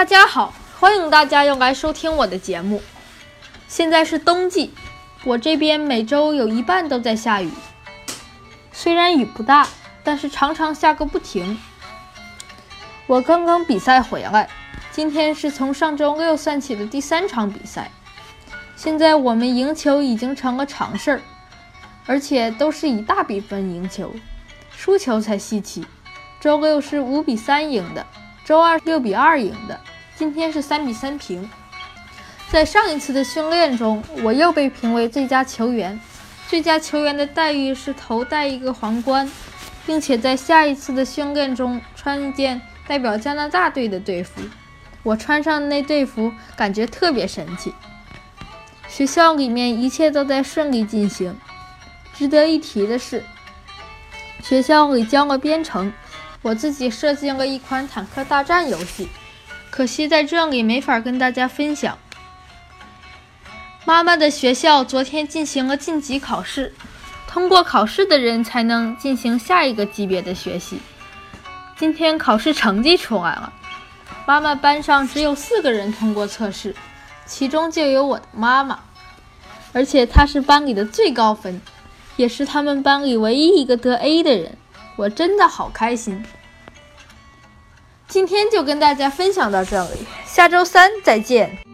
家好，欢迎大家又来收听我的节目。现在是冬季，我这边每周有一半都在下雨，虽然雨不大，但是常常下个不停。我刚刚比赛回来，今天是从上周六算起的第3场比赛。现在我们赢球已经成了常事儿，而且都是以大比分赢球，输球才稀奇。周六是5-3赢的，周二6-2赢的，今天是3-3平。在上一次的训练中，我又被评为最佳球员。最佳球员的待遇是头戴一个皇冠，并且在下一次的训练中穿一件代表加拿大队的队服。我穿上那队服，感觉特别神奇。学校里面一切都在顺利进行。值得一提的是，学校里教了编程，我自己设计了一款坦克大战游戏，可惜在这里没法跟大家分享。妈妈的学校昨天进行了晋级考试，通过考试的人才能进行下一个级别的学习。今天考试成绩出来了，妈妈班上只有4个人通过测试，其中就有我的妈妈，而且她是班里的最高分，也是他们班里唯一一个得 A 的人，我真的好开心。今天就跟大家分享到这里，下周3再见。